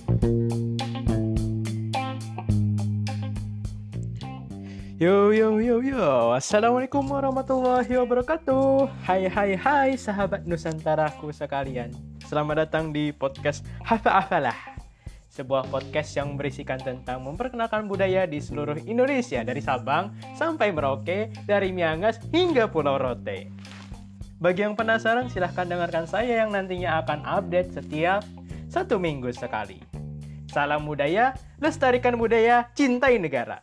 Yo, Assalamualaikum warahmatullahi wabarakatuh. Hai sahabat Nusantaraku sekalian. Selamat datang di podcast Hafa-Afalah, sebuah podcast yang berisikan tentang memperkenalkan budaya di seluruh Indonesia, dari Sabang sampai Merauke, dari Miangas hingga Pulau Rote. Bagi yang penasaran, silahkan dengarkan saya yang nantinya akan update setiap 1 minggu sekali. Salam budaya, lestarikan budaya, cintai negara.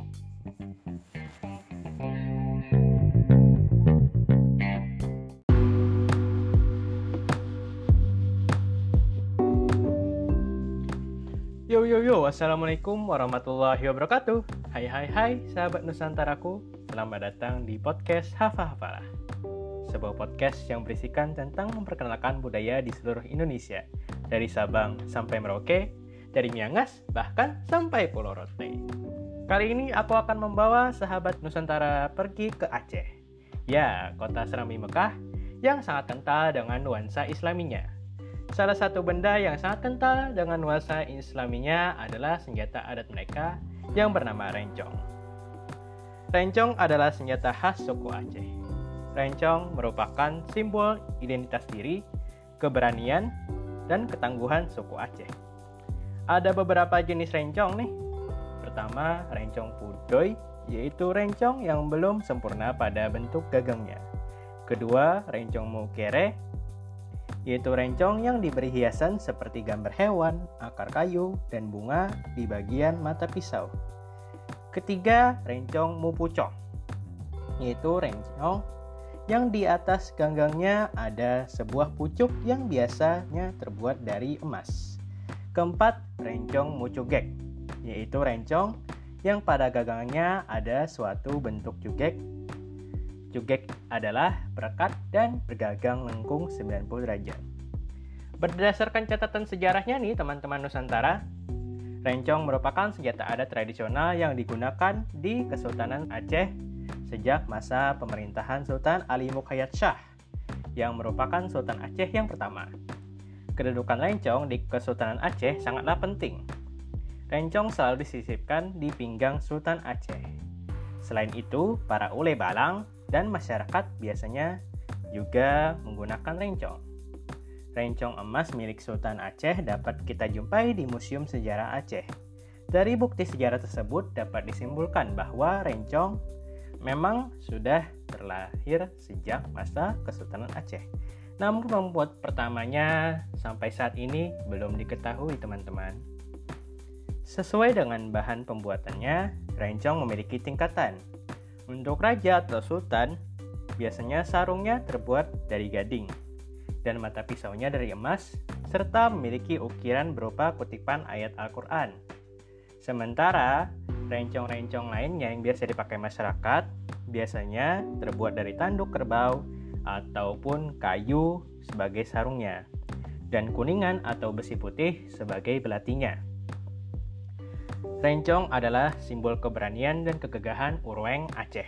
Yo, Assalamualaikum warahmatullahi wabarakatuh. Hai, sahabat Nusantaraku. Selamat datang di podcast Hafa-Hafalah, sebuah podcast yang berisikan tentang memperkenalkan budaya di seluruh Indonesia, dari Sabang sampai Merauke, dari Miangas bahkan sampai Pulau Rote. Kali ini aku akan membawa sahabat Nusantara pergi ke Aceh. Ya, kota Serambi Mekah yang sangat kental dengan nuansa Islaminya. Salah satu benda yang sangat kental dengan nuansa Islaminya adalah senjata adat mereka yang bernama rencong. Rencong adalah senjata khas suku Aceh. Rencong merupakan simbol identitas diri, keberanian, dan ketangguhan suku Aceh. Ada beberapa jenis rencong nih. Pertama, rencong pudoy, yaitu rencong yang belum sempurna pada bentuk gagangnya. Kedua, rencong mukere, yaitu rencong yang diberi hiasan seperti gambar hewan, akar kayu, dan bunga di bagian mata pisau. Ketiga, rencong mupucong, yaitu rencong yang di atas ganggangnya ada sebuah pucuk yang biasanya terbuat dari emas. Keempat, rencong mucugek, yaitu rencong yang pada gagangnya ada suatu bentuk cugek. Cugek adalah perekat dan bergagang lengkung 90 derajat. Berdasarkan catatan sejarahnya nih teman-teman Nusantara, rencong merupakan senjata adat tradisional yang digunakan di Kesultanan Aceh sejak masa pemerintahan Sultan Ali Muqayyad Shah, yang merupakan Sultan Aceh yang pertama. Kedudukan rencong di Kesultanan Aceh sangatlah penting. Rencong selalu disisipkan di pinggang Sultan Aceh. Selain itu, para ule balang dan masyarakat biasanya juga menggunakan rencong. Rencong emas milik Sultan Aceh dapat kita jumpai di Museum Sejarah Aceh. Dari bukti sejarah tersebut dapat disimpulkan bahwa rencong memang sudah terlahir sejak masa Kesultanan Aceh. Namun pembuat pertamanya sampai saat ini belum diketahui teman-teman. Sesuai dengan bahan pembuatannya, rencong memiliki tingkatan. Untuk raja atau sultan, biasanya sarungnya terbuat dari gading dan mata pisaunya dari emas, serta memiliki ukiran berupa kutipan ayat Al-Quran. Sementara, rencong-rencong lainnya yang biasa dipakai masyarakat biasanya terbuat dari tanduk kerbau ataupun kayu sebagai sarungnya, dan kuningan atau besi putih sebagai belatinya. Rencong adalah simbol keberanian dan kegagahan Urweng Aceh.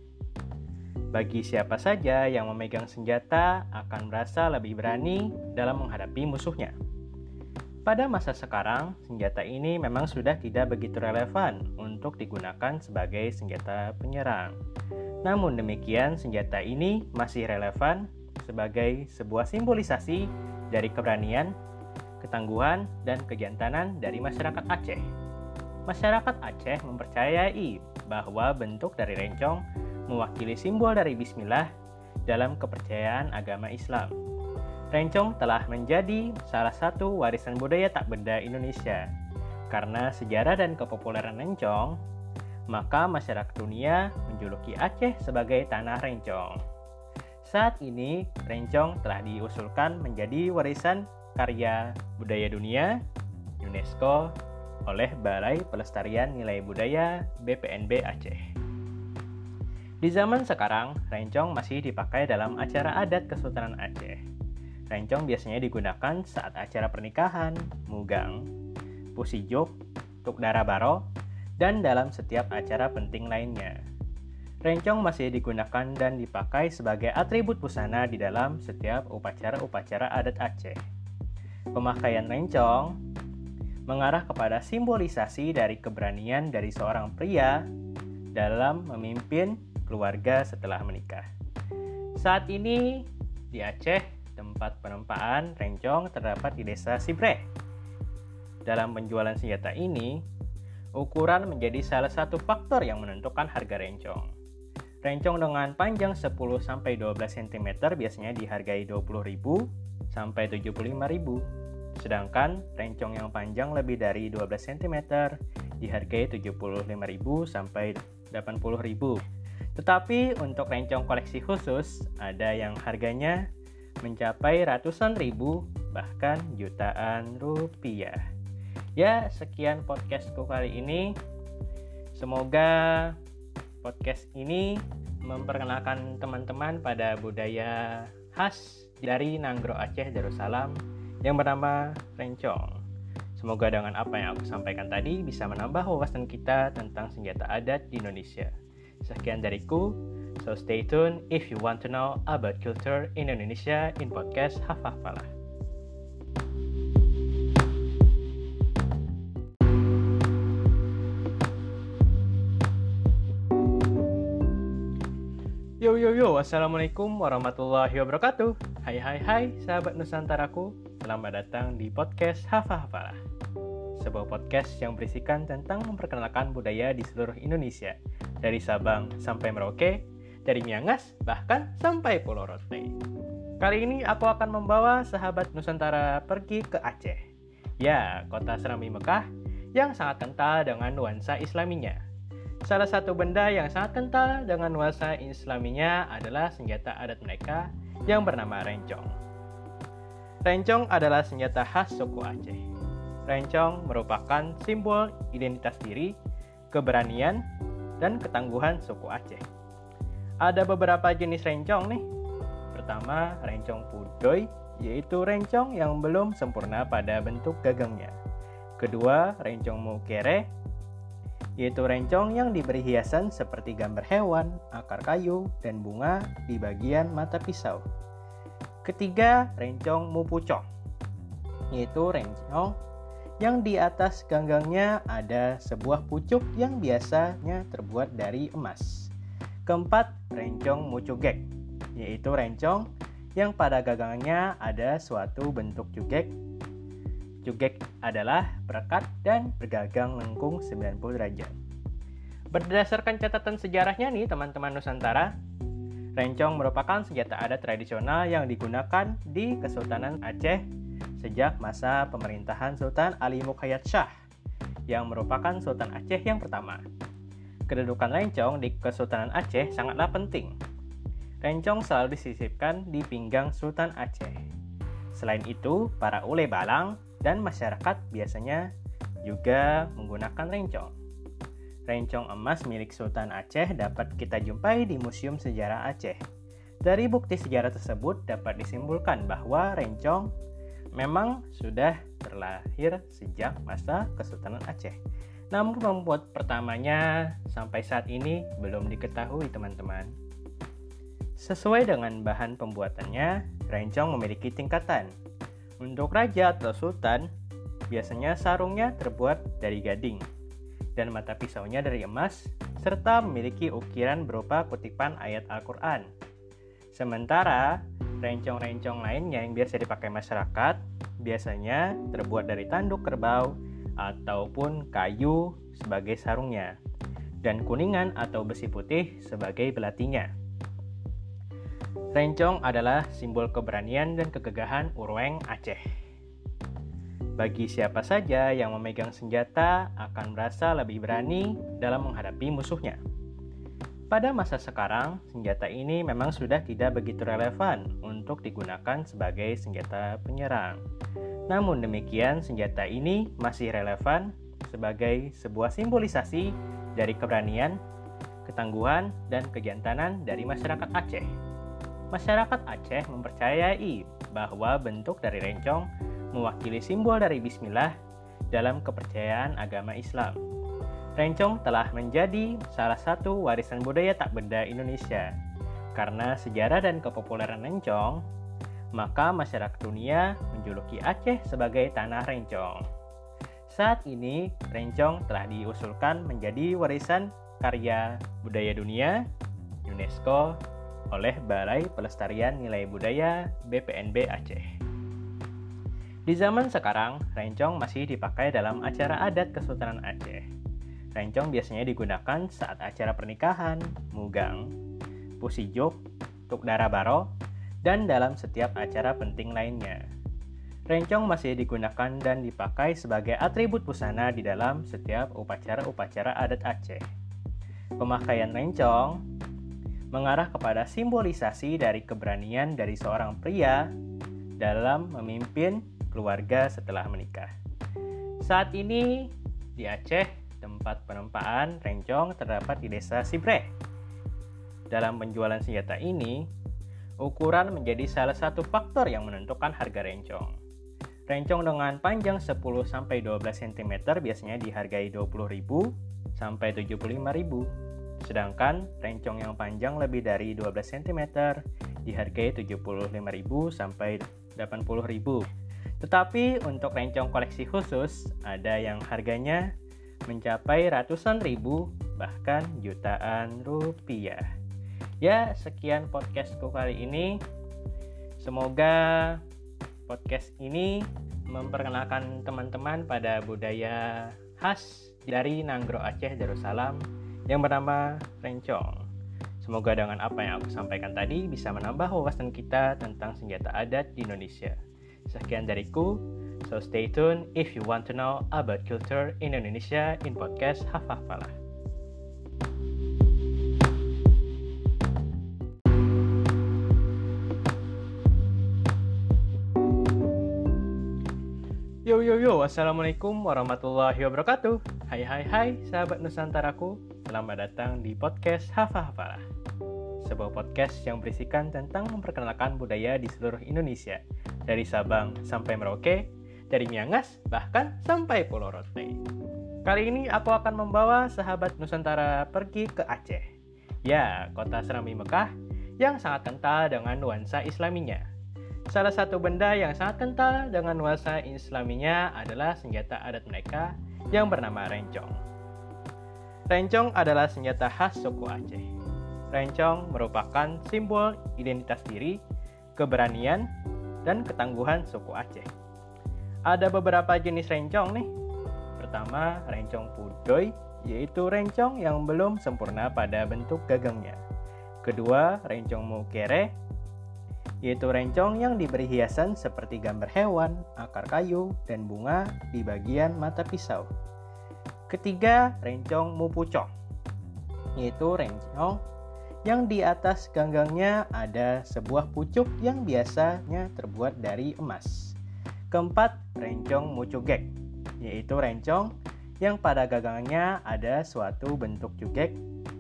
Bagi siapa saja yang memegang senjata akan merasa lebih berani dalam menghadapi musuhnya. Pada masa sekarang, senjata ini memang sudah tidak begitu relevan untuk digunakan sebagai senjata penyerang. Namun demikian, senjata ini masih relevan sebagai sebuah simbolisasi dari keberanian, ketangguhan, dan kejantanan dari masyarakat Aceh. Masyarakat Aceh mempercayai bahwa bentuk dari rencong mewakili simbol dari bismillah dalam kepercayaan agama Islam. Rencong telah menjadi salah satu warisan budaya tak benda Indonesia. Karena sejarah dan kepopuleran rencong, maka masyarakat dunia menjuluki Aceh sebagai tanah rencong. Saat ini, rencong telah diusulkan menjadi warisan karya budaya dunia UNESCO oleh Balai Pelestarian Nilai Budaya BPNB Aceh. Di zaman sekarang, rencong masih dipakai dalam acara adat Kesultanan Aceh. Rencong biasanya digunakan saat acara pernikahan, mugang, pusijuk, tuk dara baro, dan dalam setiap acara penting lainnya. Rencong masih digunakan dan dipakai sebagai atribut busana di dalam setiap upacara-upacara adat Aceh. Pemakaian rencong mengarah kepada simbolisasi dari keberanian dari seorang pria dalam memimpin keluarga setelah menikah. Saat ini di Aceh, tempat penempaan rencong terdapat di desa Sibreh. Dalam penjualan senjata ini, ukuran menjadi salah satu faktor yang menentukan harga rencong. Rencong dengan panjang 10-12 cm biasanya dihargai 20.000 sampai 75.000. Sedangkan rencong yang panjang lebih dari 12 cm dihargai 75.000 sampai 80.000. Tetapi untuk rencong koleksi khusus ada yang harganya mencapai ratusan ribu bahkan jutaan rupiah. Ya, sekian podcastku kali ini. Semoga podcast ini memperkenalkan teman-teman pada budaya khas dari Nanggro Aceh Darussalam yang bernama rencong. Semoga dengan apa yang aku sampaikan tadi bisa menambah wawasan kita tentang senjata adat di Indonesia. Sekian dariku, so stay tuned if you want to know about culture in Indonesia in podcast Hafahafalah. Yo, assalamualaikum warahmatullahi wabarakatuh. Hai, sahabat Nusantaraku. Selamat datang di podcast Hafahafalah. Sebuah podcast yang berisikan tentang memperkenalkan budaya di seluruh Indonesia. Dari Sabang sampai Merauke, dari Miangas bahkan sampai Pulau Rote. Kali ini aku akan membawa sahabat Nusantara pergi ke Aceh. Ya, kota Serambi Mekah yang sangat kental dengan nuansa Islaminya. Salah satu benda yang sangat kental dengan nuansa Islaminya adalah senjata adat mereka yang bernama rencong. Rencong adalah senjata khas suku Aceh. Rencong merupakan simbol identitas diri, keberanian, dan ketangguhan suku Aceh. Ada beberapa jenis rencong nih. Pertama, rencong pudoy, yaitu rencong yang belum sempurna pada bentuk gagangnya. Kedua, rencong mukere, yaitu rencong yang diberi hiasan seperti gambar hewan, akar kayu, dan bunga di bagian mata pisau. Ketiga, rencong mupucong, yaitu rencong yang di atas ganggangnya ada sebuah pucuk yang biasanya terbuat dari emas. Keempat, rencong mucugek, yaitu rencong yang pada gagangnya ada suatu bentuk cugek. Cugek adalah perekat dan bergagang lengkung 90 derajat. Berdasarkan catatan sejarahnya nih teman-teman Nusantara, rencong merupakan senjata adat tradisional yang digunakan di Kesultanan Aceh sejak masa pemerintahan Sultan Ali Muqayyad Shah yang merupakan Sultan Aceh yang pertama. Kedudukan rencong di Kesultanan Aceh sangatlah penting. Rencong selalu disisipkan di pinggang Sultan Aceh. Selain itu, para ule balang dan masyarakat biasanya juga menggunakan rencong. Rencong emas milik Sultan Aceh dapat kita jumpai di Museum Sejarah Aceh. Dari bukti sejarah tersebut dapat disimpulkan bahwa rencong memang sudah terlahir sejak masa Kesultanan Aceh. Namun pembuat pertamanya sampai saat ini belum diketahui teman-teman. Sesuai dengan bahan pembuatannya, rencong memiliki tingkatan. Untuk raja atau sultan, biasanya sarungnya terbuat dari gading dan mata pisaunya dari emas, serta memiliki ukiran berupa kutipan ayat Al-Quran. Sementara, rencong-rencong lainnya yang biasa dipakai masyarakat, biasanya terbuat dari tanduk kerbau ataupun kayu sebagai sarungnya, dan kuningan atau besi putih sebagai belatinya. Rencong adalah simbol keberanian dan kegagahan Urweng Aceh. Bagi siapa saja yang memegang senjata akan merasa lebih berani dalam menghadapi musuhnya. Pada masa sekarang, senjata ini memang sudah tidak begitu relevan untuk digunakan sebagai senjata penyerang. Namun demikian, senjata ini masih relevan sebagai sebuah simbolisasi dari keberanian, ketangguhan, dan kejantanan dari masyarakat Aceh. Masyarakat Aceh mempercayai bahwa bentuk dari rencong mewakili simbol dari bismillah dalam kepercayaan agama Islam. Rencong telah menjadi salah satu warisan budaya tak benda Indonesia. Karena sejarah dan kepopuleran rencong, maka masyarakat dunia menjuluki Aceh sebagai tanah rencong. Saat ini, rencong telah diusulkan menjadi warisan karya budaya dunia UNESCO oleh Balai Pelestarian Nilai Budaya BPNB Aceh. Di zaman sekarang, rencong masih dipakai dalam acara adat Kesultanan Aceh. Rencong biasanya digunakan saat acara pernikahan, mugang, pusijok, tuk darabaro, dan dalam setiap acara penting lainnya. Rencong masih digunakan dan dipakai sebagai atribut busana di dalam setiap upacara-upacara adat Aceh. Pemakaian rencong mengarah kepada simbolisasi dari keberanian dari seorang pria dalam memimpin keluarga setelah menikah. Saat ini di Aceh, tempat penempaan rencong terdapat di Desa Sibreh. Dalam penjualan senjata ini, ukuran menjadi salah satu faktor yang menentukan harga rencong. Rencong dengan panjang 10-12 cm biasanya dihargai 20.000 sampai 75.000. Sedangkan rencong yang panjang lebih dari 12 cm dihargai 75.000 sampai 80.000. Tetapi untuk rencong koleksi khusus ada yang harganya mencapai ratusan ribu bahkan jutaan rupiah. Ya, sekian podcastku kali ini. Semoga podcast ini memperkenalkan teman-teman pada budaya khas dari Nanggro Aceh Darussalam yang bernama rencong. Semoga dengan apa yang aku sampaikan tadi bisa menambah wawasan kita tentang senjata adat di Indonesia. Sekian dariku, so stay tuned if you want to know about culture in Indonesia in podcast Hafafalah. Yo, assalamualaikum warahmatullahi wabarakatuh. Hai, sahabat Nusantaraku. Selamat datang di podcast Hafafalah. Sebuah podcast yang berisikan tentang memperkenalkan budaya di seluruh Indonesia. Dari Sabang sampai Merauke, dari Miangas bahkan sampai Pulau Rote. Kali ini aku akan membawa sahabat Nusantara pergi ke Aceh. Ya, kota Serambi Mekah yang sangat kental dengan nuansa Islaminya. Salah satu benda yang sangat kental dengan nuansa Islaminya adalah senjata adat mereka yang bernama rencong. Rencong adalah senjata khas suku Aceh. Rencong merupakan simbol identitas diri, keberanian, dan ketangguhan suku Aceh. Ada beberapa jenis rencong nih. Pertama, rencong pudoy, yaitu rencong yang belum sempurna pada bentuk gagangnya. Kedua, rencong mukere, yaitu rencong yang diberi hiasan seperti gambar hewan, akar kayu, dan bunga di bagian mata pisau. Ketiga, rencong mupucong, yaitu rencong yang di atas ganggangnya ada sebuah pucuk yang biasanya terbuat dari emas. Keempat, rencong mucugek, yaitu rencong yang pada gagangnya ada suatu bentuk cugek.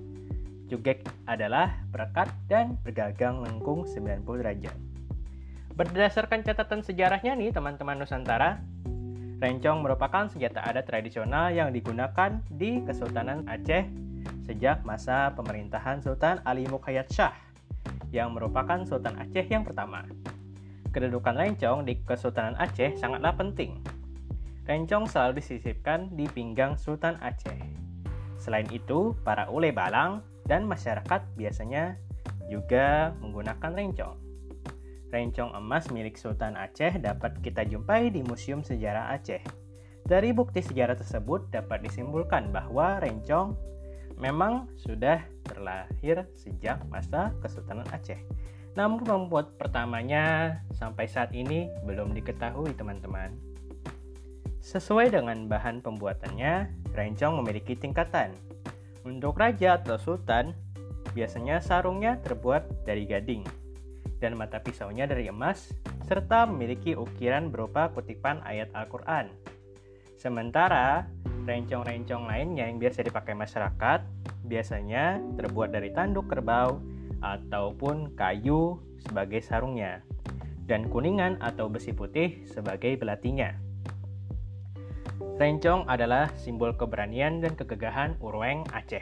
Cugek adalah perekat dan bergagang lengkung 90 derajat. Berdasarkan catatan sejarahnya nih teman-teman Nusantara, rencong merupakan senjata adat tradisional yang digunakan di Kesultanan Aceh sejak masa pemerintahan Sultan Ali Muqayyad Shah yang merupakan Sultan Aceh yang pertama. Kedudukan rencong di Kesultanan Aceh sangatlah penting. Rencong selalu disisipkan di pinggang Sultan Aceh. Selain itu, para ule balang dan masyarakat biasanya juga menggunakan rencong. Rencong emas milik Sultan Aceh dapat kita jumpai di Museum Sejarah Aceh. Dari bukti sejarah tersebut dapat disimpulkan bahwa rencong memang sudah terlahir sejak masa Kesultanan Aceh. Namun pembuat pertamanya sampai saat ini belum diketahui teman-teman. Sesuai dengan bahan pembuatannya, rencong memiliki tingkatan. Untuk raja atau sultan, biasanya sarungnya terbuat dari gading dan mata pisaunya dari emas serta memiliki ukiran berupa kutipan ayat Al-Quran. Sementara rencong-rencong lainnya yang biasa dipakai masyarakat biasanya terbuat dari tanduk kerbau ataupun kayu sebagai sarungnya dan kuningan atau besi putih sebagai belatinya. Rencong adalah simbol keberanian dan kegagahan Urweng Aceh.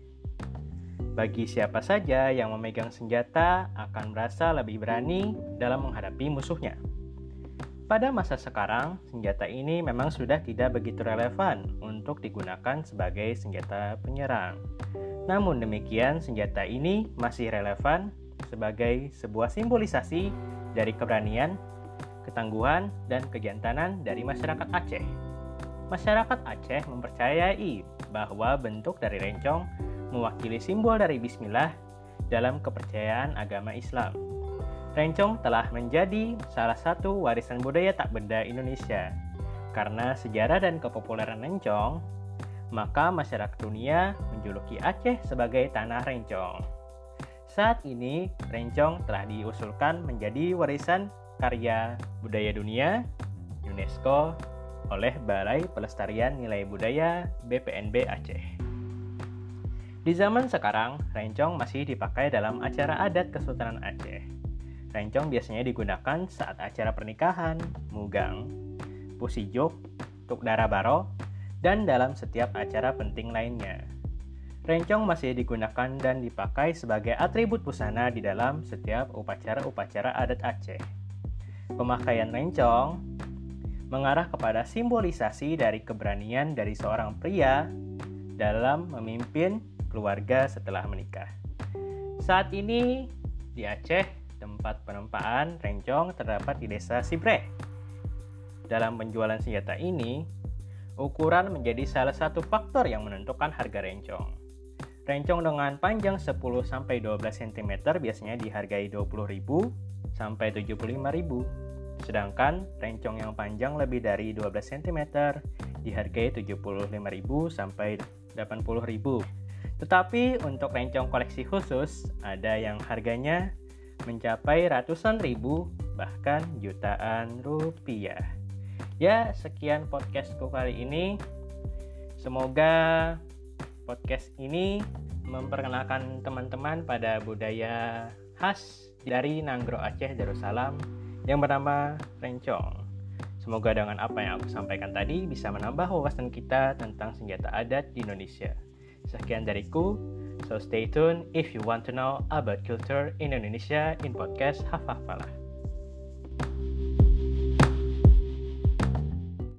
Bagi siapa saja yang memegang senjata akan merasa lebih berani dalam menghadapi musuhnya. Pada masa sekarang, senjata ini memang sudah tidak begitu relevan untuk digunakan sebagai senjata penyerang. Namun demikian, senjata ini masih relevan sebagai sebuah simbolisasi dari keberanian, ketangguhan, dan kejantanan dari masyarakat Aceh. Masyarakat Aceh mempercayai bahwa bentuk dari rencong mewakili simbol dari bismillah dalam kepercayaan agama Islam. Rencong telah menjadi salah satu warisan budaya tak benda Indonesia. Karena sejarah dan kepopuleran rencong, maka masyarakat dunia menjuluki Aceh sebagai tanah rencong. Saat ini, rencong telah diusulkan menjadi warisan karya budaya dunia UNESCO oleh Balai Pelestarian Nilai Budaya BPNB Aceh. Di zaman sekarang, rencong masih dipakai dalam acara adat Kesultanan Aceh. Rencong biasanya digunakan saat acara pernikahan, mugang, pusijok, tuk dara baro, dan dalam setiap acara penting lainnya. Rencong masih digunakan dan dipakai sebagai atribut busana di dalam setiap upacara-upacara adat Aceh. Pemakaian rencong mengarah kepada simbolisasi dari keberanian dari seorang pria dalam memimpin keluarga setelah menikah. Saat ini di Aceh, tempat penempaan rencong terdapat di Desa Sibreh. Dalam penjualan senjata ini, ukuran menjadi salah satu faktor yang menentukan harga rencong. Rencong dengan panjang 10-12 cm biasanya dihargai Rp20.000 sampai Rp75.000. Sedangkan rencong yang panjang lebih dari 12 cm dihargai Rp75.000 sampai Rp80.000. Tetapi untuk rencong koleksi khusus, ada yang harganya mencapai ratusan ribu, bahkan jutaan rupiah. Ya, sekian podcastku kali ini. Semoga podcast ini memperkenalkan teman-teman pada budaya khas dari Nanggro Aceh Darussalam yang bernama rencong. Semoga dengan apa yang aku sampaikan tadi bisa menambah wawasan kita tentang senjata adat di Indonesia. Sekian dariku. So stay tuned if you want to know about culture in Indonesia in podcast Hafahfalah.